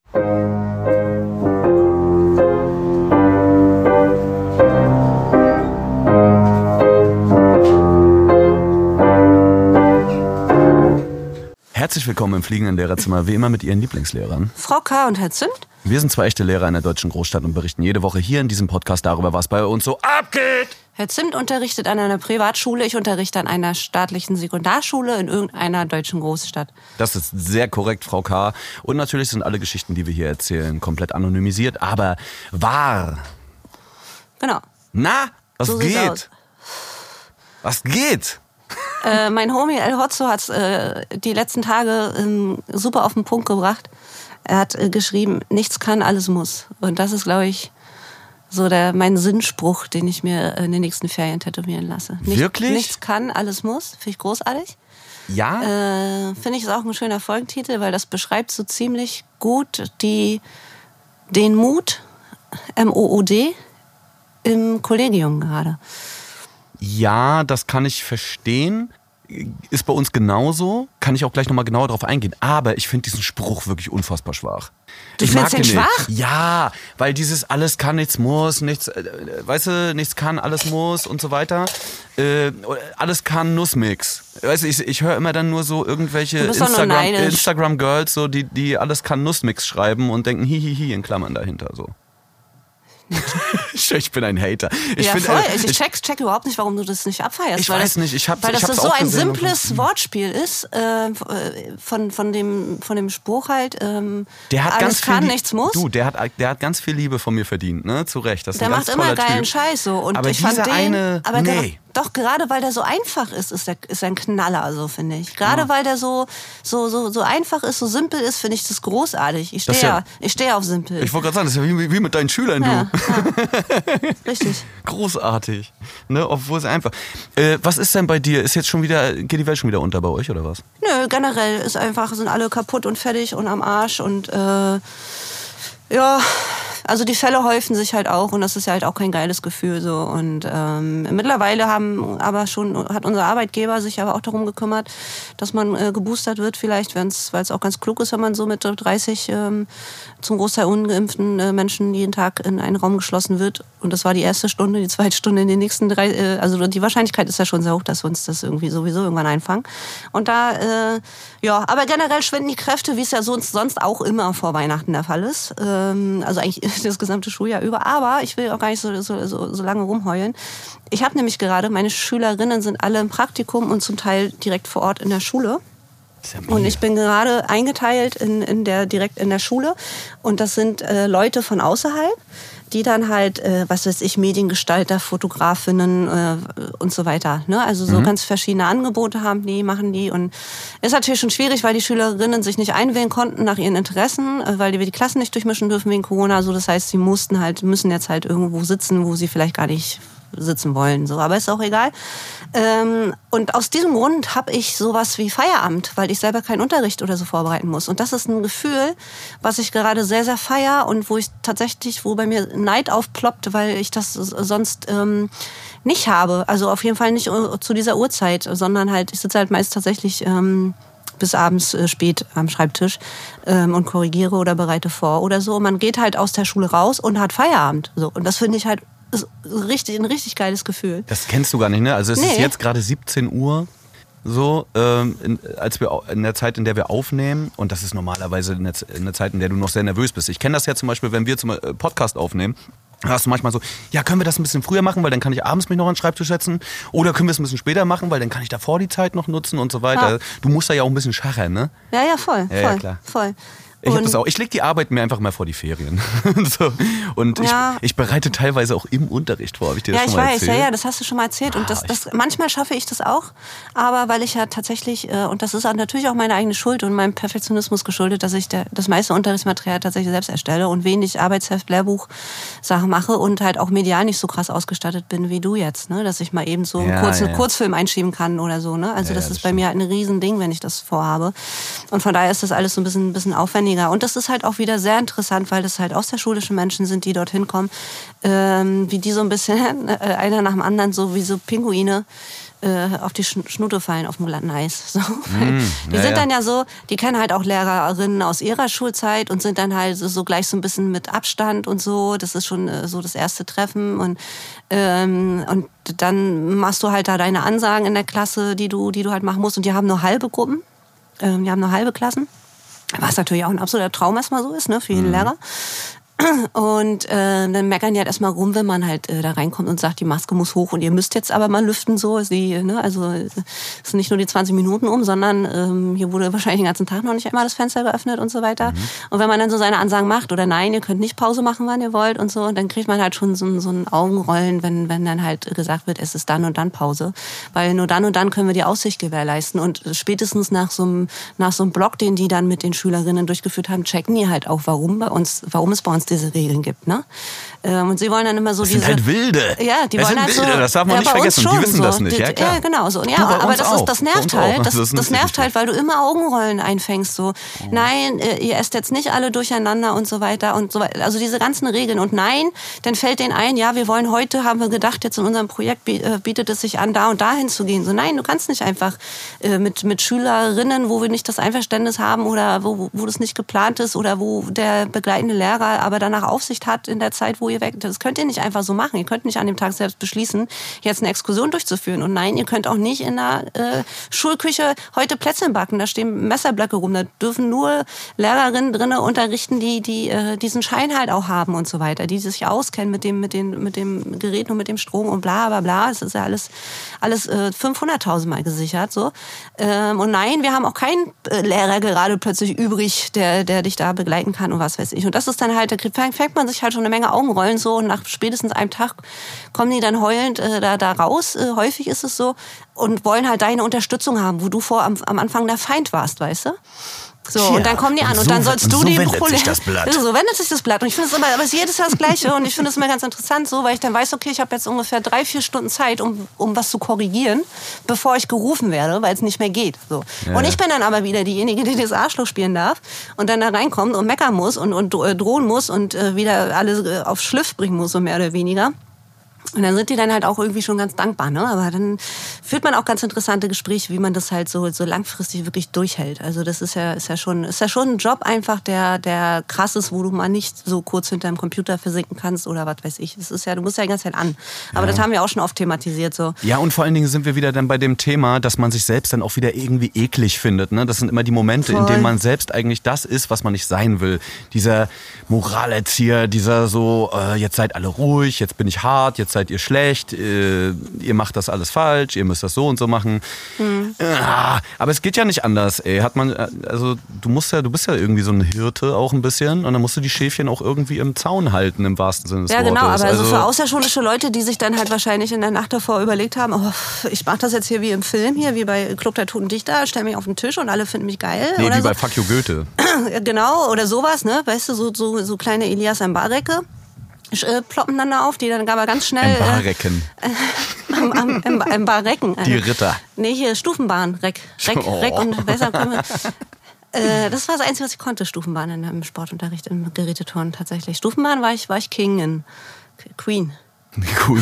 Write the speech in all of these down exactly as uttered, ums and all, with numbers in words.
Herzlich willkommen im fliegenden Lehrerzimmer, wie immer mit Ihren Lieblingslehrern. Frau K. und Herr Zimt. Wir sind zwei echte Lehrer in der deutschen Großstadt und berichten jede Woche hier in diesem Podcast darüber, was bei uns so abgeht. Herr Zimt unterrichtet an einer Privatschule, ich unterrichte an einer staatlichen Sekundarschule in irgendeiner deutschen Großstadt. Das ist sehr korrekt, Frau K. Und natürlich sind alle Geschichten, die wir hier erzählen, komplett anonymisiert, aber wahr. Genau. Na, was So sieht's geht? aus. Was geht? Äh, mein Homie El Hotzo hat es äh, die letzten Tage ähm, super auf den Punkt gebracht. Er hat äh, geschrieben, nichts kann, alles muss. Und das ist, glaube ich, so der, mein Sinnspruch, den ich mir in den nächsten Ferien tätowieren lasse. Nicht, Wirklich? Nichts kann, alles muss. Finde ich großartig. Ja? Äh, Finde ich es auch ein schöner Folgentitel, weil das beschreibt so ziemlich gut die, den Mut, M O O D, im Kollegium gerade. Ja, das kann ich verstehen. Ist bei uns genauso. Kann ich auch gleich nochmal genauer drauf eingehen. Aber ich finde diesen Spruch wirklich unfassbar schwach. Du ich findest mag den ihn nicht. schwach? Ja, weil dieses alles kann, nichts muss, nichts, äh, weißt du, nichts kann, alles muss und so weiter. Äh, alles kann, Nussmix. Weißt du, ich, ich höre immer dann nur so irgendwelche Du bist doch nur Instagram, neidisch. Instagram-Girls, so, die, die alles kann, Nussmix schreiben und denken hihihi in Klammern dahinter. So. Ich bin ein Hater. Ich ja, find, voll. äh, Ich, ich, check, check überhaupt nicht, warum du das nicht abfeierst. Ich weil weiß das, nicht, ich hab's- Weil das ich hab's so auch ein gesehen und- simples Wortspiel ist, äh, von, von, dem, von dem Spruch halt, ähm, Der hat alles ganz kann, viel, nichts muss. Du, der hat, der hat ganz viel Liebe von mir verdient, ne? Zu Recht. Das ist Der ein macht ganz immer toller geilen Typ. Scheiß so. Und aber ich fand dieser den, eine, aber nee. ger- doch gerade weil der so einfach ist, ist er ist er ein Knaller, so finde ich. Gerade Ja. weil der so so so so einfach ist, so simpel ist, finde ich das großartig. Ich stehe Das ist ja- ja, ich stehe auf simpel. Ich wollte gerade sagen, das ist ja wie, wie mit deinen Schülern, ja, du. ja. Richtig. Großartig. Ne? Obwohl es einfach. Äh, was ist denn bei dir? Ist jetzt schon wieder, geht die Welt schon wieder unter bei euch oder was? Nö, generell ist einfach, sind alle kaputt und fertig und am Arsch und äh, ja, also die Fälle häufen sich halt auch und das ist ja halt auch kein geiles Gefühl so. Und ähm, mittlerweile haben aber schon, hat unser Arbeitgeber sich aber auch darum gekümmert, dass man äh, geboostert wird vielleicht, weil es auch ganz klug ist, wenn man so mit dreißig ähm, zum Großteil ungeimpften äh, Menschen jeden Tag in einen Raum geschlossen wird. Und das war die erste Stunde, die zweite Stunde in den nächsten drei, äh, also die Wahrscheinlichkeit ist ja schon sehr hoch, dass wir uns das irgendwie sowieso irgendwann einfangen. Und da, äh, ja, aber generell schwinden die Kräfte, wie es ja sonst, sonst auch immer vor Weihnachten der Fall ist. Ähm, also eigentlich das gesamte Schuljahr über. Aber ich will auch gar nicht so, so, so, so lange rumheulen. Ich habe nämlich gerade, meine Schülerinnen sind alle im Praktikum und zum Teil direkt vor Ort in der Schule. Ja mega. Und ich bin gerade eingeteilt in, in der, direkt in der Schule. Und das sind äh, Leute von außerhalb, die dann halt, äh, was weiß ich, Mediengestalter, Fotografinnen äh, und so weiter. Ne? Also so Mhm. ganz verschiedene Angebote haben die, machen die. Und ist natürlich schon schwierig, weil die Schülerinnen sich nicht einwählen konnten nach ihren Interessen, äh, weil wir die Klassen nicht durchmischen dürfen wegen Corona. So, das heißt, sie mussten halt, müssen jetzt halt irgendwo sitzen, wo sie vielleicht gar nicht sitzen wollen, so, aber ist auch egal. Ähm, und aus diesem Grund habe ich sowas wie Feierabend, weil ich selber keinen Unterricht oder so vorbereiten muss. Und das ist ein Gefühl, was ich gerade sehr, sehr feier und wo ich tatsächlich, wo bei mir Neid aufploppt, weil ich das sonst ähm, nicht habe. Also auf jeden Fall nicht zu dieser Uhrzeit, sondern halt, ich sitze halt meist tatsächlich ähm, bis abends äh, spät am Schreibtisch ähm, und korrigiere oder bereite vor oder so. Und man geht halt aus der Schule raus und hat Feierabend. So. Und das finde ich halt ist richtig, ein richtig geiles Gefühl. Das kennst du gar nicht, ne? Also es Nee. ist jetzt gerade siebzehn Uhr. So, ähm, in, als wir au- in der Zeit, in der wir aufnehmen, und das ist normalerweise in der, Z- in der Zeit, in der du noch sehr nervös bist. Ich kenne das ja zum Beispiel, wenn wir zum äh, Podcast aufnehmen, da hast du manchmal so, ja, können wir das ein bisschen früher machen, weil dann kann ich abends mich noch an den Schreibtisch setzen, oder können wir es ein bisschen später machen, weil dann kann ich davor die Zeit noch nutzen und so weiter. Ja. Du musst da ja auch ein bisschen schachern, ne? Ja, ja, voll, Ja, ja, voll, klar. voll. Ich hab Und- das auch. Ich leg die Arbeit mir einfach mal vor die Ferien. so. Und Ja. ich, ich bereite teilweise auch im Unterricht vor, habe ich dir das Ja, schon ich mal weiß, erzählt? ja, ja, das hast du schon mal erzählt. Und das, Ah, das, manchmal schaffe ich das auch, aber weil ich ja tatsächlich, äh, und das ist auch natürlich auch meine eigene Schuld und meinem Perfektionismus geschuldet, dass ich der, das meiste Unterrichtsmaterial tatsächlich selbst erstelle und wenig Arbeitsheft, Lehrbuch Sachen mache und halt auch medial nicht so krass ausgestattet bin wie du jetzt, ne? Dass ich mal eben so einen Ja, kurzen ja, ja. Kurzfilm einschieben kann oder so. Ne? Also Ja, das ja, ist das bei stimmt. mir halt ein Riesending, wenn ich das vorhabe. Und von daher ist das alles so ein bisschen, ein bisschen aufwendiger. Und das ist halt auch wieder sehr interessant, weil das halt außerschulische Menschen sind, die dorthin kommen, ähm, wie die so ein bisschen, äh, einer nach dem anderen, so wie so Pinguine, äh, auf die Schnute fallen auf dem glatten Eis. So. Mm, die ja, sind ja. dann ja so, die kennen halt auch Lehrerinnen aus ihrer Schulzeit und sind dann halt so, so gleich so ein bisschen mit Abstand und so. Das ist schon äh, so das erste Treffen und ähm, und dann machst du halt da deine Ansagen in der Klasse, die du, die du halt machen musst. Und die haben nur halbe Gruppen, ähm, die haben nur halbe Klassen. Was natürlich auch ein absoluter Traum erstmal so ist, ne, für jeden mhm. Lehrer. Und äh, dann meckern die halt erstmal rum, wenn man halt äh, da reinkommt und sagt, die Maske muss hoch und ihr müsst jetzt aber mal lüften, so. Sie, ne? Also es sind nicht nur die zwanzig Minuten um, sondern ähm, hier wurde wahrscheinlich den ganzen Tag noch nicht einmal das Fenster geöffnet und so weiter. Mhm. Und wenn man dann so seine Ansagen macht oder nein, ihr könnt nicht Pause machen, wann ihr wollt und so, und dann kriegt man halt schon so, so ein Augenrollen, wenn, wenn dann halt gesagt wird, es ist dann und dann Pause. Weil nur dann und dann können wir die Aussicht gewährleisten. Und spätestens nach so einem, nach so einem Block, den die dann mit den Schülerinnen durchgeführt haben, checken die halt auch, warum bei uns, warum es bei uns diese Regeln gibt, ne? Und sie wollen dann immer so das diese... sind halt Wilde. Ja, die das wollen sind halt Wilde, so... das darf man ja, nicht vergessen, schon, die wissen so. das nicht, ja klar. Ja, genau, so. Ja, du, aber das, ist, das nervt halt, das, das, das nervt halt, weil du immer Augenrollen einfängst, so, oh. nein, ihr esst jetzt nicht alle durcheinander und so weiter und so weiter, also diese ganzen Regeln und nein, dann fällt denen ein, ja, wir wollen heute, haben wir gedacht, jetzt in unserem Projekt bietet es sich an, da und da hinzugehen, so nein, du kannst nicht einfach äh, mit, mit Schülerinnen, wo wir nicht das Einverständnis haben oder wo, wo das nicht geplant ist oder wo der begleitende Lehrer aber danach Aufsicht hat in der Zeit, wo ihr weg, das könnt ihr nicht einfach so machen. Ihr könnt nicht an dem Tag selbst beschließen, jetzt eine Exkursion durchzuführen. Und nein, ihr könnt auch nicht in der äh, Schulküche heute Plätzchen backen. Da stehen Messerblöcke rum. Da dürfen nur Lehrerinnen drinnen unterrichten, die, die äh, diesen Schein halt auch haben und so weiter, die sich auskennen mit dem, mit den, mit dem Gerät und mit dem Strom und bla bla bla. Es ist ja alles, alles äh, fünfhunderttausend Mal gesichert. So. Ähm, und nein, wir haben auch keinen äh, Lehrer gerade plötzlich übrig, der, der dich da begleiten kann und was weiß ich. Und das ist dann halt, da fängt man sich halt schon eine Menge Augenrollen so und nach spätestens einem Tag kommen die dann heulend äh, da, da raus, äh, häufig ist es so, und wollen halt deine Unterstützung haben, wo du vor am, am Anfang der Feind warst, weißt du? So, ja, und dann kommen die an und, und so, dann sollst du so die wendet Problem. Sich das Blatt. So wendet sich das Blatt. Und ich finde es immer, aber es ist jedes Jahr das Gleiche. Und ich finde es immer ganz interessant, so, weil ich dann weiß, okay, ich habe jetzt ungefähr drei, vier Stunden Zeit, um, um was zu korrigieren, bevor ich gerufen werde, weil es nicht mehr geht. So. Ja. Und ich bin dann aber wieder diejenige, die das Arschloch spielen darf und dann da reinkommt und meckern muss und, und drohen muss und äh, wieder alle auf Schliff bringen muss, so mehr oder weniger. Und dann sind die dann halt auch irgendwie schon ganz dankbar, ne? Aber dann führt man auch ganz interessante Gespräche, wie man das halt so, so langfristig wirklich durchhält. Also das ist ja, ist ja schon, ist ja schon ein Job einfach, der, der krass ist, wo du mal nicht so kurz hinterm Computer versinken kannst oder was weiß ich. Das ist ja, du musst ja die ganze Zeit an. Aber ja. Das haben wir auch schon oft thematisiert, so. Ja, und vor allen Dingen sind wir wieder dann bei dem Thema, dass man sich selbst dann auch wieder irgendwie eklig findet, ne? Das sind immer die Momente, Voll. in denen man selbst eigentlich das ist, was man nicht sein will. Dieser Moralerzieher, dieser so, äh, jetzt seid alle ruhig, jetzt bin ich hart, jetzt seid ihr schlecht, äh, ihr macht das alles falsch, ihr müsst das so und so machen. Mhm. Ah, aber es geht ja nicht anders, ey. Hat man, also du musst ja, du bist ja irgendwie so ein Hirte auch ein bisschen und dann musst du die Schäfchen auch irgendwie im Zaun halten, im wahrsten Sinne des ja, Wortes. Ja genau, aber also, also für außerschulische Leute, die sich dann halt wahrscheinlich in der Nacht davor überlegt haben, oh, ich mach das jetzt hier wie im Film, hier wie bei Club der Toten Dichter, stell mich auf den Tisch und alle finden mich geil. Nee, oder wie so. bei Fuck You Goethe. Genau, oder sowas, ne, weißt du, so, so, so kleine Elias Mbarecke. Äh, ploppen dann da auf, die dann aber ganz schnell... Mbarecken. Äh, am, am, am, am Mbarecken. Die Ritter. Nee, hier Stufenbahn, Reck. Reck, oh. Reck und besser können wir... Äh, das war das Einzige, was ich konnte, Stufenbahn in, im Sportunterricht, im Geräteturnen tatsächlich. Stufenbahn war ich, war ich King in Queen. Cool.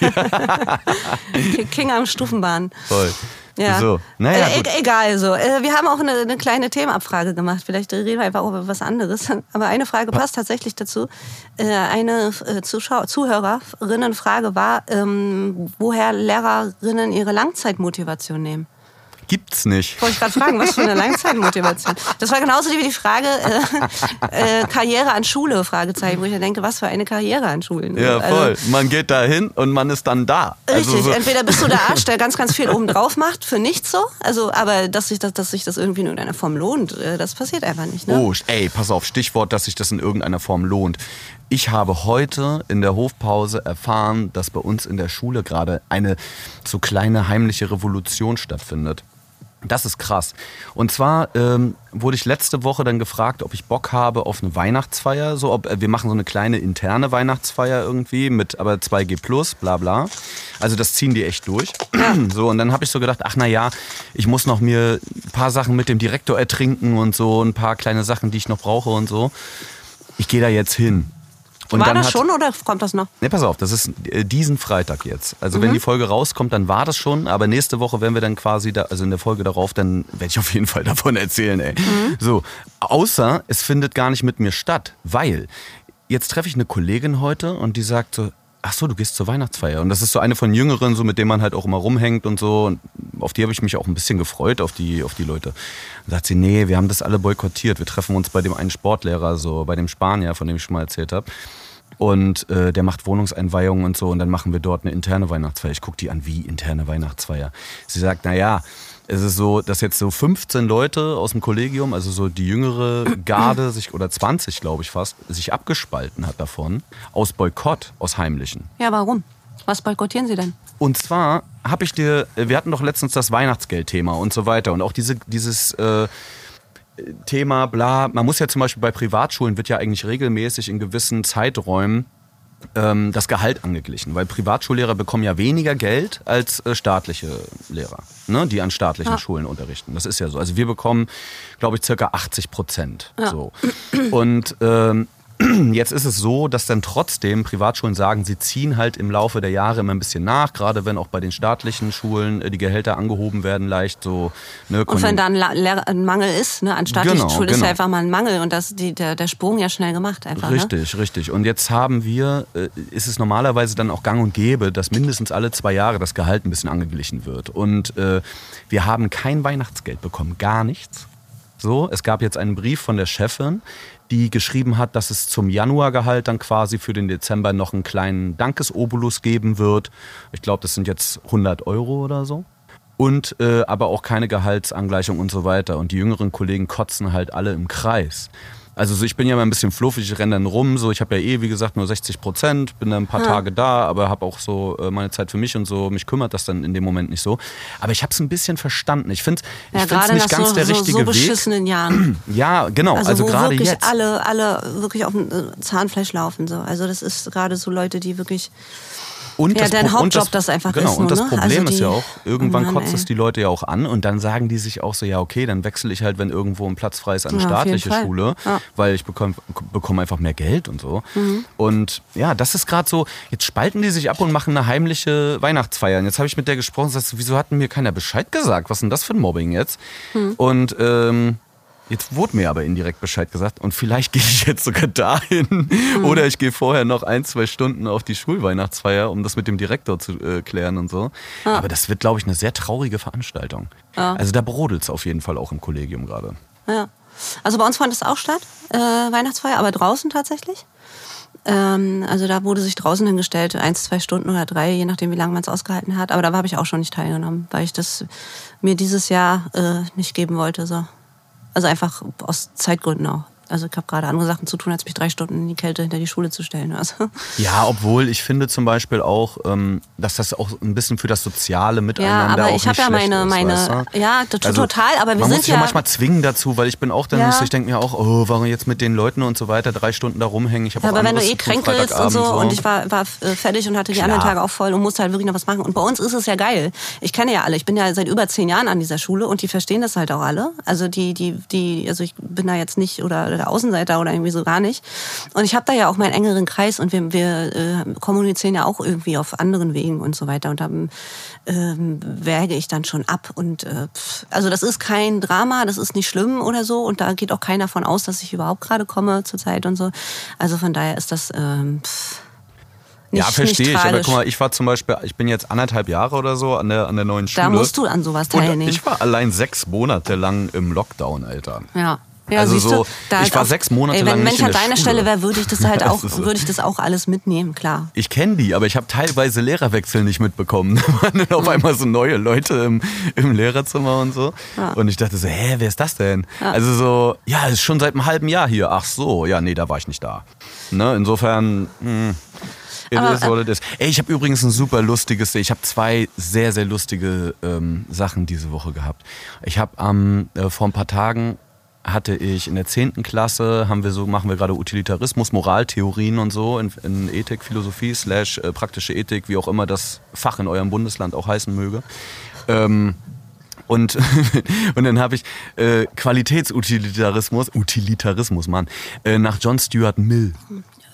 King am Stufenbahn. Voll. Ja. So. Naja, äh, e- egal, so. Äh, wir haben auch eine, eine kleine Themenabfrage gemacht. Vielleicht reden wir einfach über was anderes. Aber eine Frage passt tatsächlich dazu. Äh, eine äh, Zuschauer, Zuhörerinnenfrage war, ähm, woher Lehrerinnen ihre Langzeitmotivation nehmen. Gibt's nicht. Wollte ich gerade fragen, was für eine Langzeitmotivation. Das war genauso wie die Frage äh, äh, Karriere an Schule, Fragezeichen, wo ich ja denke, was für eine Karriere an Schulen. Ja, voll. Also, man geht da hin und man ist dann da. Richtig, also so. Entweder bist du der Arsch, der ganz, ganz viel oben drauf macht, für nichts so, also, aber dass sich das, dass sich das irgendwie in irgendeiner Form lohnt, das passiert einfach nicht. Ne? Oh, ey, pass auf, Stichwort, dass sich das in irgendeiner Form lohnt. Ich habe heute in der Hofpause erfahren, dass bei uns in der Schule gerade eine so kleine heimliche Revolution stattfindet. Das ist krass. Und zwar ähm, wurde ich letzte Woche dann gefragt, ob ich Bock habe auf eine Weihnachtsfeier. So, ob, äh, wir machen so eine kleine interne Weihnachtsfeier irgendwie mit aber zwei G plus, bla bla. Also das ziehen die echt durch. So, und dann habe ich so gedacht, ach na ja, ich muss noch mir ein paar Sachen mit dem Direktor ertrinken und so, ein paar kleine Sachen, die ich noch brauche und so. Ich gehe da jetzt hin. Und war dann das hat, schon oder kommt das noch? Ne, pass auf, das ist äh, diesen Freitag jetzt. Also mhm. wenn die Folge rauskommt, dann war das schon. Aber nächste Woche werden wir dann quasi, da, also in der Folge darauf, dann werde ich auf jeden Fall davon erzählen. Ey. Mhm. So, außer es findet gar nicht mit mir statt, weil jetzt treffe ich eine Kollegin heute und die sagt so, ach so, du gehst zur Weihnachtsfeier. Und das ist so eine von Jüngeren, so mit denen man halt auch immer rumhängt und so. Und auf die habe ich mich auch ein bisschen gefreut, auf die, auf die Leute. Und sagt sie, nee, wir haben das alle boykottiert. Wir treffen uns bei dem einen Sportlehrer, so bei dem Spanier, von dem ich schon mal erzählt habe. Und äh, der macht Wohnungseinweihungen und so. Und dann machen wir dort eine interne Weihnachtsfeier. Ich gucke die an, wie interne Weihnachtsfeier. Sie sagt, naja, es ist so, dass jetzt so fünfzehn Leute aus dem Kollegium, also so die jüngere Garde, sich oder zwanzig, glaube ich fast, sich abgespalten hat davon, aus Boykott, aus Heimlichen. Ja, warum? Was boykottieren Sie denn? Und zwar habe ich dir, wir hatten doch letztens das Weihnachtsgeldthema und so weiter und auch diese, dieses äh, Thema, bla, man muss ja zum Beispiel bei Privatschulen, wird ja eigentlich regelmäßig in gewissen Zeiträumen das Gehalt angeglichen, weil Privatschullehrer bekommen ja weniger Geld als äh, staatliche Lehrer, ne, die an staatlichen ja. Schulen unterrichten. Das ist ja so. Also wir bekommen, glaube ich, circa achtzig Prozent. Ja. So. Und ähm, jetzt ist es so, dass dann trotzdem Privatschulen sagen, sie ziehen halt im Laufe der Jahre immer ein bisschen nach, gerade wenn auch bei den staatlichen Schulen die Gehälter angehoben werden, leicht so. Ne, und wenn da ein, ein Mangel ist, ne, an staatlichen genau, Schulen genau. ist ja einfach mal ein Mangel und das, die, der, der Sprung ja schnell gemacht einfach. Richtig, ne? richtig. Und jetzt haben wir, äh, ist es normalerweise dann auch gang und gäbe, dass mindestens alle zwei Jahre das Gehalt ein bisschen angeglichen wird. Und äh, wir haben kein Weihnachtsgeld bekommen, gar nichts. So, es gab jetzt einen Brief von der Chefin, die geschrieben hat, dass es zum Januargehalt dann quasi für den Dezember noch einen kleinen Dankesobolus geben wird. Ich glaube, das sind jetzt hundert Euro oder so. Und äh, aber auch keine Gehaltsangleichung und so weiter. Und die jüngeren Kollegen kotzen halt alle im Kreis. Also so, ich bin ja mal ein bisschen fluffig, ich renne dann rum. So, ich habe ja eh, wie gesagt, nur sechzig Prozent, bin dann ein paar ja. Tage da, aber habe auch so äh, meine Zeit für mich und so. Mich kümmert das dann in dem Moment nicht so. Aber ich habe es ein bisschen verstanden. Ich finde es ja, nicht ganz so, der so, richtige so Weg. beschissenen Jahren. Ja, genau. Also, also wo gerade wirklich jetzt. alle, alle wirklich auf dem Zahnfleisch laufen. So. Also das ist gerade so Leute, die wirklich... Und ja, das, dein Hauptjob das, das einfach genau, ist. Und das ne? Problem also ist ja auch, irgendwann oh Mann, kotzt ey. es die Leute ja auch an und dann sagen die sich auch so, ja okay, dann wechsle ich halt, wenn irgendwo ein Platz frei ist, an eine ja, staatliche Schule, ja. weil ich bekomme bekomm einfach mehr Geld und so. Mhm. Und ja, das ist gerade so, jetzt spalten die sich ab und machen eine heimliche Weihnachtsfeier. Und jetzt habe ich mit der gesprochen und gesagt, wieso hat mir keiner Bescheid gesagt? Was ist denn das für ein Mobbing jetzt? Mhm. Und ähm, jetzt wurde mir aber indirekt Bescheid gesagt und vielleicht gehe ich jetzt sogar dahin mhm. oder ich gehe vorher noch ein, zwei Stunden auf die Schulweihnachtsfeier, um das mit dem Direktor zu äh, klären und so. Ja. Aber das wird, glaube ich, eine sehr traurige Veranstaltung. Ja. Also da brodelt es auf jeden Fall auch im Kollegium gerade. Ja. Also bei uns fand es auch statt, äh, Weihnachtsfeier, aber draußen tatsächlich. Ähm, also da wurde sich draußen hingestellt, eins, zwei Stunden oder drei, je nachdem, wie lange man es ausgehalten hat. Aber da habe ich auch schon nicht teilgenommen, weil ich das mir dieses Jahr äh, nicht geben wollte, so. Also einfach aus Zeitgründen auch. Also ich habe gerade andere Sachen zu tun, als mich drei Stunden in die Kälte hinter die Schule zu stellen. Also. Ja, obwohl ich finde zum Beispiel auch, ähm, dass das auch ein bisschen für das soziale Miteinander ja, aber auch ich nicht ja meine, ist, meine, weißt du? ja, total, also, aber wir man sind muss sich ja ja manchmal zwingen dazu, weil ich bin auch dann, ja. so, ich denke mir auch, oh, warum jetzt mit den Leuten und so weiter drei Stunden da rumhängen? Ich habe ja, auch aber wenn du anderes eh kränkelst und so, so und ich war, war fertig und hatte die Klar. anderen Tage auch voll und musste halt wirklich noch was machen. Und bei uns ist es ja geil. Ich kenne ja alle. Ich bin ja seit über zehn Jahren an dieser Schule und die verstehen das halt auch alle. Also die, die, die, also ich bin da jetzt nicht oder der Außenseiter oder irgendwie so gar nicht. Und ich habe da ja auch meinen engeren Kreis und wir, wir äh, kommunizieren ja auch irgendwie auf anderen Wegen und so weiter. Und dann ähm, wäge ich dann schon ab. Und äh, also das ist kein Drama, das ist nicht schlimm oder so. Und da geht auch keiner von aus, dass ich überhaupt gerade komme zur Zeit und so. Also von daher ist das ähm, pff, nicht, ja, verstehe ich. Aber guck mal, ich ich war zum Beispiel, ich bin jetzt anderthalb Jahre oder so an der, an der neuen Schule. Da musst du an sowas teilnehmen. Und ich war allein sechs Monate lang im Lockdown, Alter. Ja. Ja, also so, du, da ich war auf, sechs Monate ey, lang nicht nicht in der Wenn Mensch an deiner Schule. Stelle wäre, würde ich das halt auch, das so. würde ich das auch alles mitnehmen, klar. Ich kenne die, aber ich habe teilweise Lehrerwechsel nicht mitbekommen. Da waren dann auf mhm. einmal so neue Leute im, im Lehrerzimmer und so. Ja. Und ich dachte so, hä, wer ist das denn? Ja. Also so, ja, das ist schon seit einem halben Jahr hier. Ach so, ja, nee, da war ich nicht da. Ne, insofern, mh. It aber, is what it is. Ey, ich habe übrigens ein super lustiges, ich habe zwei sehr, sehr lustige ähm, Sachen diese Woche gehabt. Ich habe ähm, äh, vor ein paar Tagen hatte ich in der zehnten Klasse, haben wir so, machen wir gerade Utilitarismus, Moraltheorien und so in, in Ethik, Philosophie, slash äh, praktische Ethik, wie auch immer das Fach in eurem Bundesland auch heißen möge. Ähm, Und, und dann habe ich äh, Qualitätsutilitarismus, Utilitarismus, Mann, äh, nach John Stuart Mill.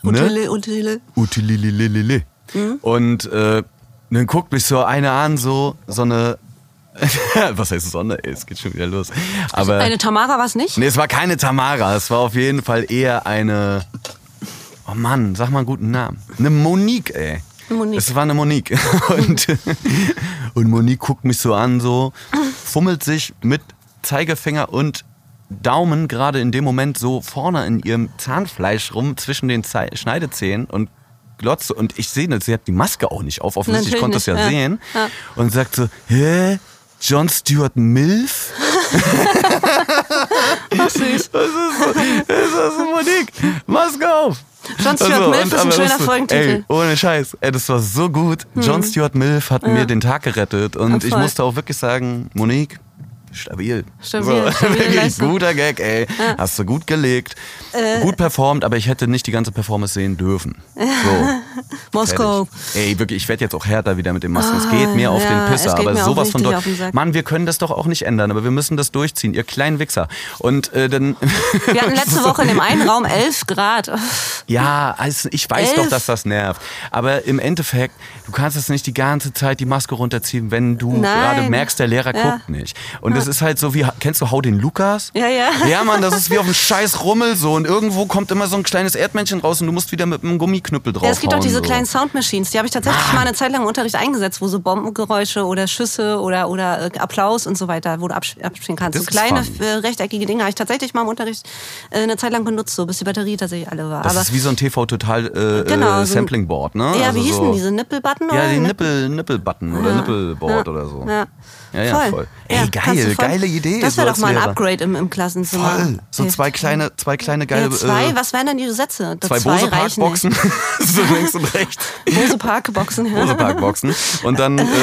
Utile, utile. Utililililili. Mhm. Und äh, dann guckt mich so eine an, so, so eine... Was heißt Sonne? Ey, es geht schon wieder los. Aber, eine Tamara war es nicht? Nee, es war keine Tamara. Es war auf jeden Fall eher eine... Oh Mann, sag mal einen guten Namen. Eine Monique, ey. Monique. Es war eine Monique. Und, und Monique guckt mich so an, so fummelt sich mit Zeigefinger und Daumen gerade in dem Moment so vorne in ihrem Zahnfleisch rum zwischen den Ze- Schneidezähnen und glotzt. Und ich sehe, sie hat die Maske auch nicht auf. Offensichtlich, ich konnte das ja, ja. sehen. Ja. Und sagt so, hä? John Stuart Milf? Ach, süß. Das ist so, das ist so Monique. Maske auf. John Stuart also, Milf ist ein schöner so, Folgentitel. Ey, ohne Scheiß. Ey, das war so gut. Hm. John Stuart Milf hat ja. mir den Tag gerettet. Und ich musste auch wirklich sagen, Monique, stabil. Stabil, so, stabil wirklich guter Gag, ey. Ja. Hast du gut gelegt. Äh. Gut performt, aber ich hätte nicht die ganze Performance sehen dürfen. So. Moskau. Ey, wirklich, ich werde jetzt auch härter wieder mit dem Masken. Es geht mir auf ja, den Pisser, aber sowas von dort. Mann, wir können das doch auch nicht ändern, aber wir müssen das durchziehen, ihr kleinen Wichser. Und äh, dann... Wir hatten letzte Woche in dem einen Raum elf Grad. Ja, also ich weiß elf. doch, dass das nervt. Aber im Endeffekt, du kannst jetzt nicht die ganze Zeit die Maske runterziehen, wenn du gerade merkst, der Lehrer ja. guckt nicht. Und ja. das ist halt so wie, kennst du Hau den Lukas? Ja, ja. Ja, Mann, das ist wie auf einem scheiß Rummel so. Und irgendwo kommt immer so ein kleines Erdmännchen raus und du musst wieder mit einem Gummiknüppel drauf. Ja, es gibt doch diese so. kleinen Soundmachines, die habe ich tatsächlich ah. mal eine Zeit lang im Unterricht eingesetzt, wo so Bombengeräusche oder Schüsse oder, oder äh, Applaus und so weiter, wo du abspielen kannst. Das so kleine äh, rechteckige Dinge habe ich tatsächlich mal im Unterricht äh, eine Zeit lang genutzt, so bis die Batterie tatsächlich alle war. Das Aber ist wie so ein T V-Total äh, genau, äh, Sampling-Board, ne? Ja, also wie hießen so, diese Nippel-Button? Ja, die Nippel, Nippel-Button oder ja. Nippel-Board ja. oder so. Ja. Ja, ja, voll. voll. Ey, ja, geil, voll, geile Idee. Das wäre so doch mal ein Lehrer. Upgrade im, im Klassenzimmer. Voll. So zwei kleine, zwei kleine geile... Ja, zwei, äh, was wären denn die Sätze? Zwei, zwei Bose-Parkboxen. So links und rechts. Bose-Parkboxen, ja. Bose-Parkboxen. Und dann... Äh,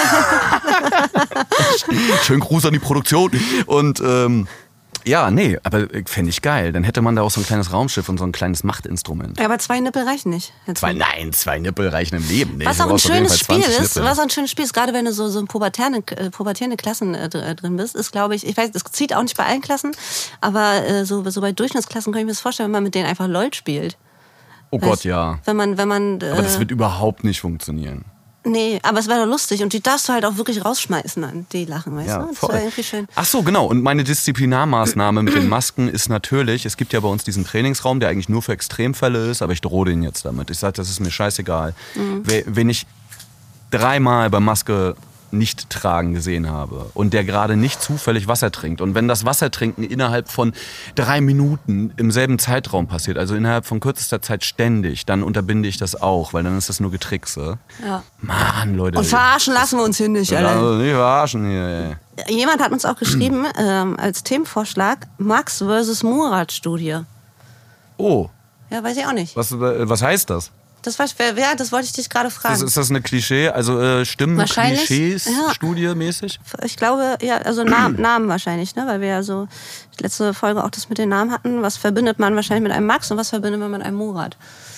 schönen Gruß an die Produktion. Und... Ähm, ja, nee, aber fände ich geil. Dann hätte man da auch so ein kleines Raumschiff und so ein kleines Machtinstrument. Ja, aber zwei Nippel reichen nicht. Zwei, nein, zwei Nippel reichen im Leben nicht. Was auch ein schönes Spiel ist, was auch ein schönes Spiel ist, gerade wenn du so, so in pubertierende, pubertierende Klassen äh, drin bist, ist, glaube ich, ich weiß, das zieht auch nicht bei allen Klassen, aber äh, so, so bei Durchschnittsklassen kann ich mir das vorstellen, wenn man mit denen einfach LOL spielt. Oh weißt, Gott, ja. Wenn man, wenn man, äh, aber das wird überhaupt nicht funktionieren. Nee, aber es wäre doch lustig und die darfst du halt auch wirklich rausschmeißen an die Lachen, weißt ja, du? Das voll. wäre irgendwie schön. Ach so, genau. Und meine Disziplinarmaßnahme mit den Masken ist natürlich, es gibt ja bei uns diesen Trainingsraum, der eigentlich nur für Extremfälle ist, aber ich drohe den jetzt damit. Ich sage, das ist mir scheißegal. Mhm. Wenn ich dreimal bei Maske nicht tragen gesehen habe und der gerade nicht zufällig Wasser trinkt und wenn das Wassertrinken innerhalb von drei Minuten im selben Zeitraum passiert, also innerhalb von kürzester Zeit ständig, dann unterbinde ich das auch, weil dann ist das nur Getrickse. Ja. Mann, Leute. Und verarschen lassen wir uns hier nicht, Alter. Also nicht verarschen hier, ey. Jemand hat uns auch geschrieben, ähm, als Themenvorschlag, Max versus Murat-Studie. Oh. Ja, weiß ich auch nicht. Was, was heißt das? Das, war, wer, das wollte ich dich gerade fragen. Das, ist das eine Klischee, also äh, Stimmen, Klischees, ja. Studie mäßig? Ich glaube, ja, also Namen, Namen wahrscheinlich, ne? Weil wir ja so letzte Folge auch das mit den Namen hatten. Was verbindet man wahrscheinlich mit einem Max und was verbindet man mit einem Murat?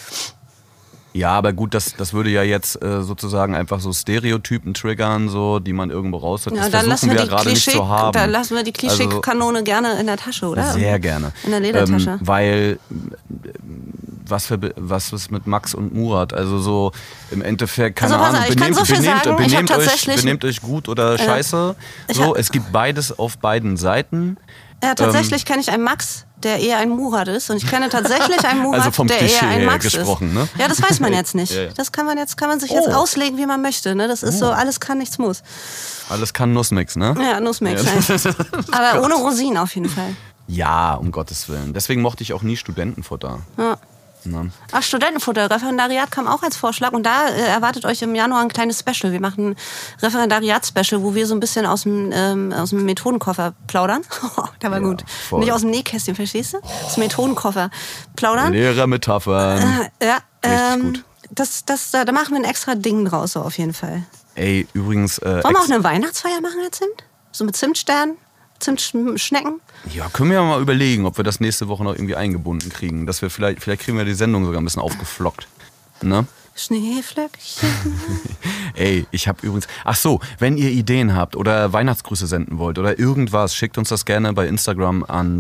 Ja, aber gut, das, das würde ja jetzt äh, sozusagen einfach so Stereotypen triggern, so, die man irgendwo raus hat. Das ja, versuchen wir ja gerade nicht zu haben. Da lassen wir die Klischee-Kanone also, gerne in der Tasche, oder? Sehr gerne. In der Ledertasche. Ähm, weil, was, für, was ist mit Max und Murat? Also so im Endeffekt, keine also, Ahnung, ich benehmt, benehmt, so benehmt, sagen, benehmt, euch, benehmt euch gut oder äh, scheiße. So, hab, es gibt beides auf beiden Seiten. Ja, tatsächlich ähm, kenne ich einen Max, der eher ein Murat ist. Und ich kenne tatsächlich einen Murat, also vom der Klischee eher ein Max gesprochen, ist. Ne? Ja, das weiß man jetzt nicht. ja, ja. Das kann man jetzt kann man sich jetzt oh. auslegen, wie man möchte. Ne? Das ist oh. so, alles kann, nichts muss. Alles kann Nussmix, ne? Ja, Nussmix. Ja. Aber ohne Rosinen auf jeden Fall. Ja, um Gottes Willen. Deswegen mochte ich auch nie Studentenfutter. Ja. Na. Ach, Studentenfutter. Referendariat kam auch als Vorschlag und da äh, erwartet euch im Januar ein kleines Special. Wir machen ein Referendariat-Special, wo wir so ein bisschen aus dem, ähm, aus dem Methodenkoffer plaudern. Der war ja, gut. Voll. Nicht aus dem Nähkästchen, verstehst du? Aus dem Methodenkoffer plaudern. Lehrermetaphern. Äh, ja, ähm, gut. Das, das, da machen wir ein extra Ding draus, so auf jeden Fall. Ey, übrigens... Äh, Wollen wir auch eine Weihnachtsfeier machen als Zimt? So mit Zimtsternen? Zimtschnecken? Ja, können wir ja mal überlegen, ob wir das nächste Woche noch irgendwie eingebunden kriegen. Dass wir vielleicht, vielleicht kriegen wir die Sendung sogar ein bisschen aufgeflockt. Ne? Schneeflöckchen. Ey, ich habe übrigens... Ach so, wenn ihr Ideen habt oder Weihnachtsgrüße senden wollt oder irgendwas, schickt uns das gerne bei Instagram an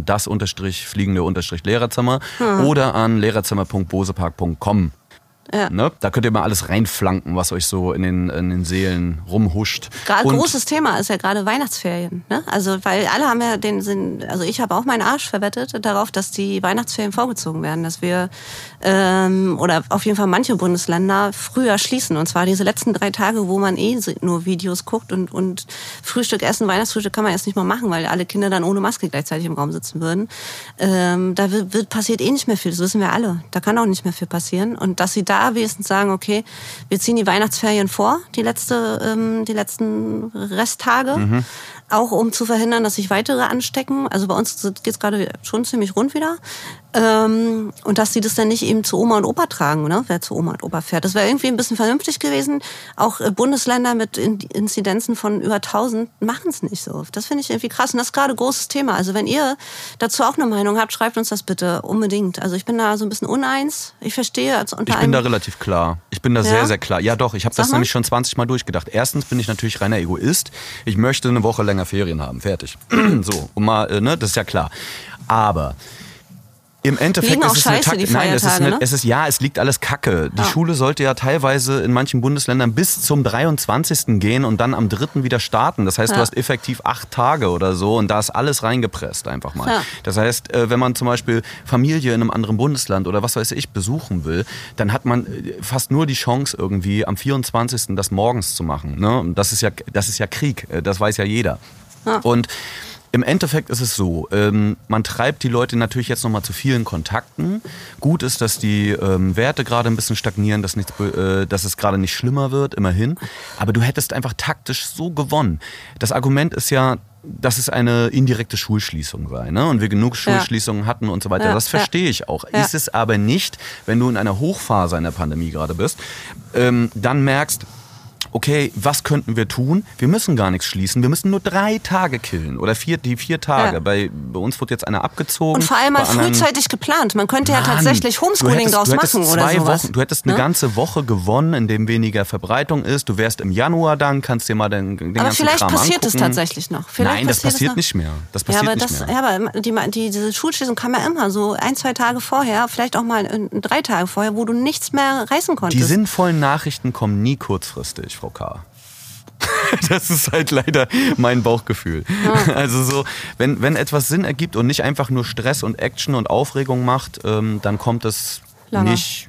das-fliegende-lehrerzimmer hm. oder an lehrerzimmer punkt bosepark punkt com. Ja. Ne? Da könnt ihr mal alles reinflanken, was euch so in den, in den Seelen rumhuscht. Gerade großes Thema ist ja gerade Weihnachtsferien. Ne? Also, weil alle haben ja den Sinn, also ich habe auch meinen Arsch verwettet darauf, dass die Weihnachtsferien vorgezogen werden, dass wir ähm, oder auf jeden Fall manche Bundesländer früher schließen. Und zwar diese letzten drei Tage, wo man eh nur Videos guckt und, und Frühstück essen, Weihnachtsfrühstück kann man erst nicht mal machen, weil alle Kinder dann ohne Maske gleichzeitig im Raum sitzen würden. Ähm, da wird, wird passiert eh nicht mehr viel, das wissen wir alle. Da kann auch nicht mehr viel passieren. Und dass sie da wenigstens sagen, okay, wir ziehen die Weihnachtsferien vor, die letzte, ähm, die letzten Resttage, mhm. auch um zu verhindern, dass sich weitere anstecken. Also bei uns geht es gerade schon ziemlich rund wieder. Ähm, und dass sie das dann nicht eben zu Oma und Opa tragen, ne? Wer zu Oma und Opa fährt. Das wäre irgendwie ein bisschen vernünftig gewesen. Auch äh, Bundesländer mit Inzidenzen von über tausend machen es nicht so. Das finde ich irgendwie krass. Und das ist gerade ein großes Thema. Also wenn ihr dazu auch eine Meinung habt, schreibt uns das bitte unbedingt. Also ich bin da so ein bisschen uneins. Ich verstehe als unter Ich bin da relativ klar. Ich bin da ja? sehr, sehr klar. Ja doch, ich habe das nämlich schon zwanzig Mal durchgedacht. Erstens bin ich natürlich reiner Egoist. Ich möchte eine Woche länger Ferien haben. Fertig. So, um mal, äh, ne, das ist ja klar. Aber... Im Endeffekt ist es eine Taktik. Nein, es ist, eine, ne? es ist ja, es liegt alles Kacke. Die ja. Schule sollte ja teilweise in manchen Bundesländern bis zum dreiundzwanzigsten gehen und dann am dritten wieder starten. Das heißt, ja. du hast effektiv acht Tage oder so und da ist alles reingepresst einfach mal. Ja. Das heißt, wenn man zum Beispiel Familie in einem anderen Bundesland oder was weiß ich besuchen will, dann hat man fast nur die Chance irgendwie am vierundzwanzigsten das morgens zu machen. Ne? Und das ist ja, das ist ja Krieg. Das weiß ja jeder. Ja. Und im Endeffekt ist es so, ähm, man treibt die Leute natürlich jetzt nochmal zu vielen Kontakten. Gut ist, dass die ähm, Werte gerade ein bisschen stagnieren, dass, nichts, äh, dass es gerade nicht schlimmer wird, immerhin. Aber du hättest einfach taktisch so gewonnen. Das Argument ist ja, dass es eine indirekte Schulschließung sei, ne? Und wir genug Schulschließungen ja. hatten und so weiter. Ja, das verstehe ja. ich auch. Ja. Ist es aber nicht, wenn du in einer Hochphase einer Pandemie gerade bist, ähm, dann merkst, okay, was könnten wir tun? Wir müssen gar nichts schließen. Wir müssen nur drei Tage killen oder vier, die vier Tage. Ja. Bei, bei uns wird jetzt einer abgezogen. Und vor allem mal frühzeitig geplant. Man könnte Mann, ja tatsächlich Homeschooling draus machen oder sowas. Wochen, du hättest eine ne? ganze Woche gewonnen, in dem weniger Verbreitung ist. Du wärst im Januar dann, kannst dir mal den, den aber ganzen Kram angucken. Aber vielleicht passiert es tatsächlich noch. Vielleicht Nein, das passiert nicht mehr. Das passiert ja, aber nicht das, mehr. Ja, aber die, die, diese Schulschließung kam ja immer so ein, zwei Tage vorher, vielleicht auch mal drei Tage vorher, wo du nichts mehr reißen konntest. Die sinnvollen Nachrichten kommen nie kurzfristig, Frau K. Das ist halt leider mein Bauchgefühl. Ja. Also so, wenn, wenn etwas Sinn ergibt und nicht einfach nur Stress und Action und Aufregung macht, ähm, dann kommt es Lange. nicht.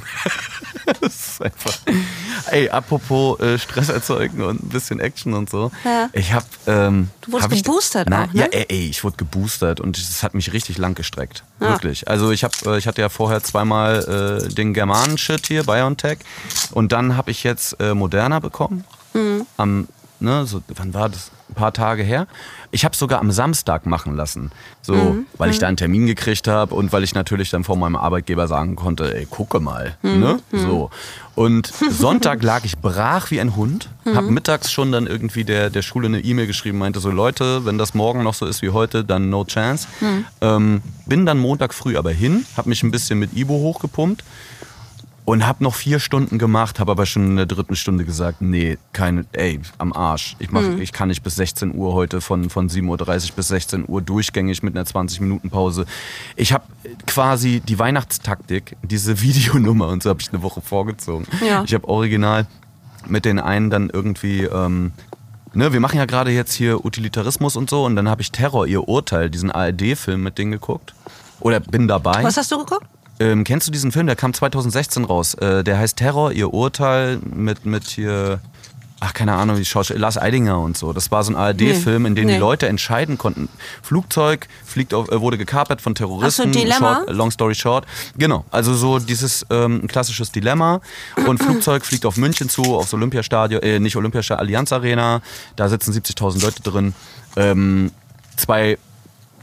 Das ist einfach. Ey, apropos äh, Stress erzeugen und ein bisschen Action und so. Ja. Ich hab. Ähm, du wurdest hab geboostert ich, na, auch, ne? Ja, ey, ey, ich wurde geboostert und es hat mich richtig lang gestreckt. Ja. Wirklich. Also ich hab, äh, ich hatte ja vorher zweimal äh, den Germanen-Shit hier, BioNTech. Und dann habe ich jetzt äh, Moderna bekommen. Mhm. Am, ne, so, wann war das? Ein paar Tage her. Ich habe sogar am Samstag machen lassen, so, mhm. weil ich da einen Termin gekriegt habe und weil ich natürlich dann vor meinem Arbeitgeber sagen konnte, ey, gucke mal, mhm. ne, so. Und Sonntag lag ich brach wie ein Hund, mhm. habe mittags schon dann irgendwie der, der Schule eine E-Mail geschrieben, meinte so, Leute, wenn das morgen noch so ist wie heute, dann no chance. Mhm. Ähm, bin dann Montag früh aber hin, habe mich ein bisschen mit Ibo hochgepumpt. Und hab noch vier Stunden gemacht, habe aber schon in der dritten Stunde gesagt, nee, keine, ey, am Arsch. Ich, mach, mhm. ich kann nicht bis sechzehn Uhr heute von, von sieben Uhr dreißig bis sechzehn Uhr durchgängig mit einer zwanzig Minuten Pause. Ich habe quasi die Weihnachtstaktik, diese Videonummer und so habe ich eine Woche vorgezogen. Ja. Ich habe original mit den einen dann irgendwie... Ähm, Ne, wir machen ja gerade jetzt hier Utilitarismus und so und dann habe ich Terror, ihr Urteil, diesen A R D-Film mit denen geguckt. Oder bin dabei. Was hast du geguckt? Ähm, kennst du diesen Film? Der kam zwanzig sechzehn raus. Äh, der heißt Terror, ihr Urteil mit, mit hier, ach keine Ahnung, wie Schauspieler, Lars Eidinger und so. Das war so ein A R D-Film, in dem nee. die Leute entscheiden konnten. Flugzeug fliegt auf, äh, wurde gekapert von Terroristen. Ach so, Dilemma? Short, long story short. Genau, also so dieses ähm, klassisches Dilemma. Und Flugzeug fliegt auf München zu, aufs Olympiastadion, äh, nicht Olympiastadion, Allianz Arena. Da sitzen siebzigtausend Leute drin. Ähm, zwei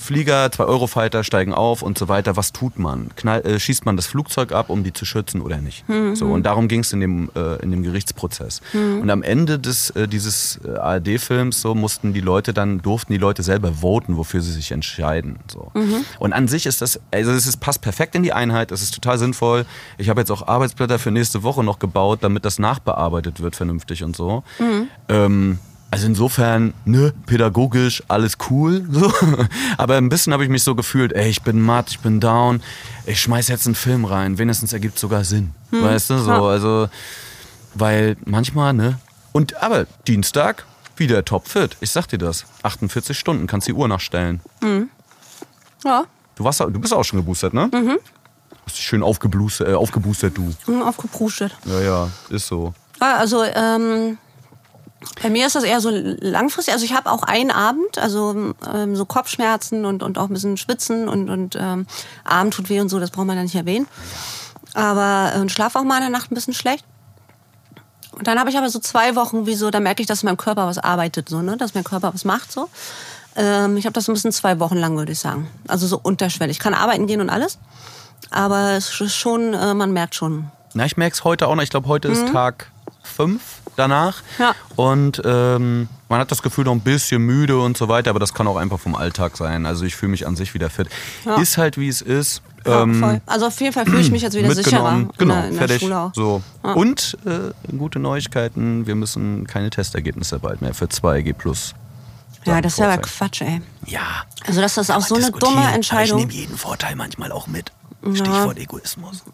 Flieger, zwei Eurofighter steigen auf und so weiter. Was tut man? Knall, äh, schießt man das Flugzeug ab, um die zu schützen oder nicht? Mhm. So, und darum ging es in dem, äh, in dem Gerichtsprozess. Mhm. Und am Ende des, äh, dieses äh, A R D-Films so, mussten die Leute dann, durften die Leute selber voten, wofür sie sich entscheiden. So. Mhm. Und an sich ist das, also es ist, passt perfekt in die Einheit, es ist total sinnvoll. Ich habe jetzt auch Arbeitsblätter für nächste Woche noch gebaut, damit das nachbearbeitet wird vernünftig und so. Mhm. Ähm, Also insofern, ne, pädagogisch, alles cool. So. Aber ein bisschen habe ich mich so gefühlt, ey, ich bin matt, ich bin down, ich schmeiß jetzt einen Film rein, wenigstens ergibt sogar Sinn. Hm. Weißt du, so, also, weil manchmal, ne. Und, aber Dienstag, wieder topfit, ich sag dir das. achtundvierzig Stunden, kannst die Uhr nachstellen. Hm. Ja. Du, warst, du bist auch schon geboostert, ne? Mhm. Hast dich schön aufgeboostert, äh, aufgeboostert, du. Mhm, aufgeprustet. Ja, ja, ist so. Ja, also, ähm... bei mir ist das eher so langfristig. Also ich habe auch einen Abend, also ähm, so Kopfschmerzen und, und auch ein bisschen Schwitzen und, und ähm, Arm tut weh und so, das braucht man ja nicht erwähnen. Aber äh, schlafe auch mal in der Nacht ein bisschen schlecht. Und dann habe ich aber so zwei Wochen, wie so, da merke ich, dass mein Körper was arbeitet, so, ne, dass mein Körper was macht. So. Ähm, ich habe das so ein bisschen zwei Wochen lang, würde ich sagen. Also so unterschwellig. Ich kann arbeiten gehen und alles, aber es ist schon, äh, man merkt schon. Na, ich merke es heute auch noch. Ich glaube, heute mhm. ist Tag fünf danach. Ja. Und ähm, man hat das Gefühl, noch ein bisschen müde und so weiter, aber das kann auch einfach vom Alltag sein. Also ich fühle mich an sich wieder fit. Ja. Ist halt, wie es ist. Ja, ähm, voll. Also auf jeden Fall fühle ich mich jetzt wieder sicherer. Genau, in der, in fertig. Der Schule auch. So. Ja. Und äh, gute Neuigkeiten, wir müssen keine Testergebnisse bald mehr für zwei G plus. Ja, das ist ja aber Quatsch, ey. Ja. Also das ist auch so eine dumme Entscheidung. Aber ich nehme jeden Vorteil manchmal auch mit. Stichwort ja. Egoismus.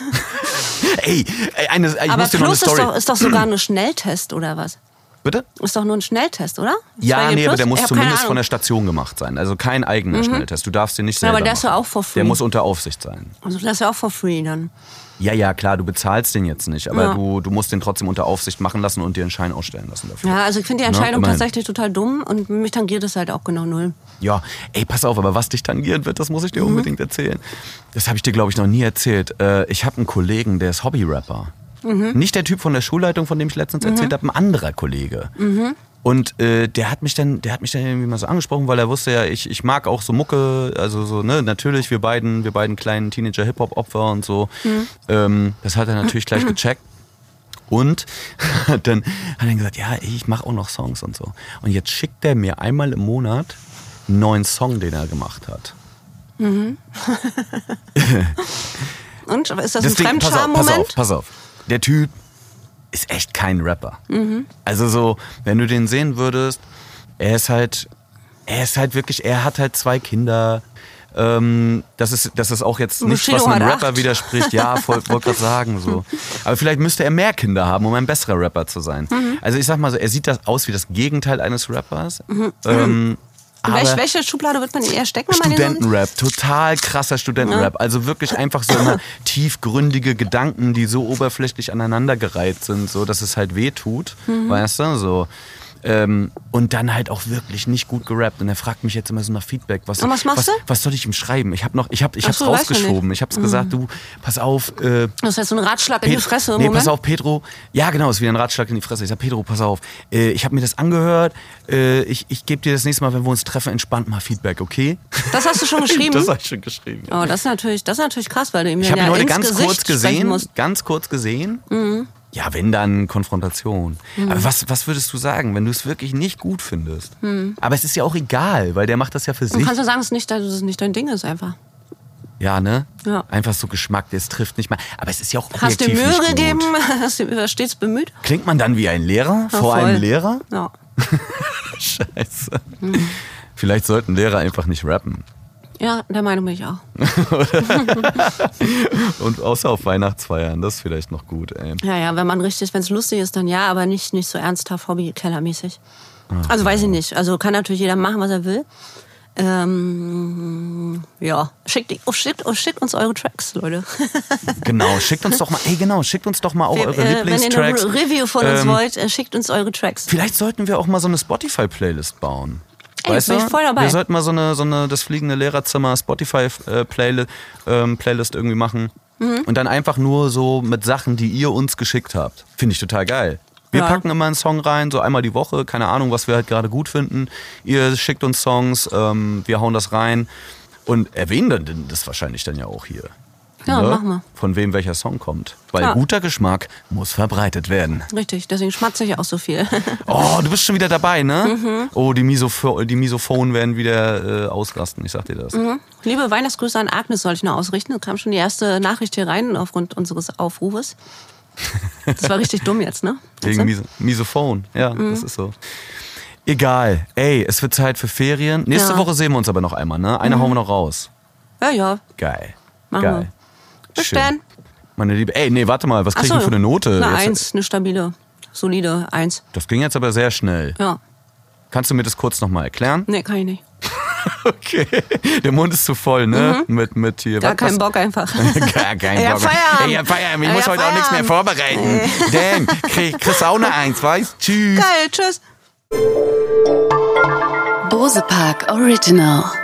ey, eine, ich aber muss dir noch eine Story. Ist doch, ist doch sogar ein Schnelltest, oder was? Bitte? Ist doch nur ein Schnelltest, oder? Ja, nee, aber der muss zumindest von der Station gemacht sein. Also kein eigener mhm. Schnelltest. Du darfst den nicht selber ja, aber der machen. ist ja auch for free. Der muss unter Aufsicht sein. Also der ist ja auch for free dann. Ja, ja, klar, du bezahlst den jetzt nicht, aber ja. du, du musst den trotzdem unter Aufsicht machen lassen und dir einen Schein ausstellen lassen dafür. Ja, also ich finde die Entscheidung Na, tatsächlich total dumm und mich tangiert es halt auch genau null. Ja, ey, pass auf, aber was dich tangieren wird, das muss ich dir mhm. unbedingt erzählen. Das habe ich dir, glaube ich, noch nie erzählt. Ich habe einen Kollegen, der ist Hobby-Rapper. Mhm. Nicht der Typ von der Schulleitung, von dem ich letztens mhm. erzählt habe, ein anderer Kollege. Mhm. Und äh, der hat mich dann, der hat mich dann irgendwie mal so angesprochen, weil er wusste ja, ich, ich mag auch so Mucke, also so, ne, natürlich, wir beiden, wir beiden kleinen Teenager-Hip-Hop-Opfer und so. Mhm. Ähm, das hat er natürlich gleich gecheckt. Und dann hat er gesagt, ja, ich mache auch noch Songs und so. Und jetzt schickt er mir einmal im Monat einen neuen Song, den er gemacht hat. Mhm. Und, ist das, das ein Ding, Fremdscham-Moment? Pass auf, pass auf. Der Typ ist echt kein Rapper. Mhm. Also so, wenn du den sehen würdest, er ist halt, er ist halt wirklich, er hat halt zwei Kinder. Ähm, das ist, das ist auch jetzt nichts, was einem Rapper acht. widerspricht. Ja, wollte gerade sagen so. Aber vielleicht müsste er mehr Kinder haben, um ein besserer Rapper zu sein. Mhm. Also ich sag mal so, er sieht das aus wie das Gegenteil eines Rappers. Mhm. Ähm, Welche, welche Schublade wird man eher stecken? Studentenrap, total krasser Studentenrap. Ja. Also wirklich einfach so immer tiefgründige Gedanken, die so oberflächlich aneinandergereiht sind, so dass es halt weh tut, mhm. weißt du, so. Ähm, und dann halt auch wirklich nicht gut gerappt. Und er fragt mich jetzt immer so nach Feedback. Was, und was machst was, du? Was soll ich ihm schreiben? Ich habe noch, ich habe, ich hab's rausgeschoben. Ich hab's mhm. gesagt, du, pass auf. Äh, das heißt so ein Ratschlag Pet- in die Fresse im Nee, Moment? pass auf, Pedro. Ja, genau, ist wieder ein Ratschlag in die Fresse. Ich sag, Pedro, pass auf. Äh, ich habe mir das angehört. Äh, ich ich gebe dir das nächste Mal, wenn wir uns treffen, entspannt mal Feedback, okay? Das hast du schon geschrieben? Das habe ich schon geschrieben. Ja. Oh, das ist natürlich, das ist natürlich krass, weil du ihm ich ja Ich habe ihn heute ganz Gesicht kurz gesehen. Ganz kurz gesehen. Mhm. Ja, wenn dann Konfrontation. Mhm. Aber was, was würdest du sagen, wenn du es wirklich nicht gut findest? Mhm. Aber es ist ja auch egal, weil der macht das ja für sich. Du kannst ja sagen, dass es nicht, dass es nicht dein Ding ist einfach. Ja, ne? Ja. Einfach so Geschmack, das trifft nicht mal. Aber es ist ja auch objektiv Hast du Mühe nicht gut. gegeben? Hast du stets bemüht? Klingt man dann wie ein Lehrer ja, vor voll. einem Lehrer? Ja. Scheiße. Mhm. Vielleicht sollten Lehrer einfach nicht rappen. Ja, der Meinung bin ich auch. Und außer auf Weihnachtsfeiern, das ist vielleicht noch gut, ey. Ja, ja, wenn man richtig, wenn es lustig ist, dann ja, aber nicht, nicht so ernsthaft Hobby-Kellermäßig. Also weiß ich nicht. Also kann natürlich jeder machen, was er will. Ähm, ja, schickt, oh, schickt, oh, schickt uns eure Tracks, Leute. Genau, schickt uns doch mal, ey genau, schickt uns doch mal auch wir, eure äh, Lieblingstracks. Wenn ihr eine Review von uns ähm, wollt, äh, schickt uns eure Tracks. Vielleicht sollten wir auch mal so eine Spotify-Playlist bauen. Ey, weißt bin ich voll dabei. Wir sollten mal so eine, so eine das fliegende Lehrerzimmer Spotify-Playlist ähm, Playlist irgendwie machen. Mhm. Und dann einfach nur so mit Sachen, die ihr uns geschickt habt. Finde ich total geil. Wir Ja. packen immer einen Song rein, so einmal die Woche, keine Ahnung, was wir halt gerade gut finden. Ihr schickt uns Songs, ähm, wir hauen das rein und erwähnen dann das wahrscheinlich dann ja auch hier. Ja, Ne? machen wir. Von wem welcher Song kommt. Weil Klar. guter Geschmack muss verbreitet werden. Richtig, deswegen schmatze ich auch so viel. Oh, du bist schon wieder dabei, ne? Mhm. Oh, die, Misopho- die Misophonen werden wieder äh, ausrasten, ich sag dir das. Mhm. Liebe Weihnachtsgrüße an Agnes soll ich noch ausrichten. Da kam schon die erste Nachricht hier rein aufgrund unseres Aufrufes. Das war richtig dumm jetzt, ne? Wegen Mis- Misophon, ja, Mhm. das ist so. Egal, ey, es wird Zeit für Ferien. Nächste Ja. Woche sehen wir uns aber noch einmal, ne? Eine Mhm. hauen wir noch raus. Ja, ja. Geil. Machen Geil. wir. Bis Schön. dann. Meine Liebe, ey, nee, warte mal, was krieg ich Ach so, denn für eine Note? Eine Jetzt- Eins, eine stabile, solide Eins. Das ging jetzt aber sehr schnell. Ja. Kannst du mir das kurz nochmal erklären? Nee, kann ich nicht. Okay. Der Mund ist zu voll, ne? Mit, mit hier. Gar was- keinen Bock einfach. Gar keinen Ja, Bock. Feierabend. Ey, ja, Feierabend. Ich Ja, muss ja, heute auch nichts mehr Feierabend. vorbereiten. Damn, krieg, kriegst du auch eine Eins, weißt? Tschüss. Geil, tschüss. Bose Park Original.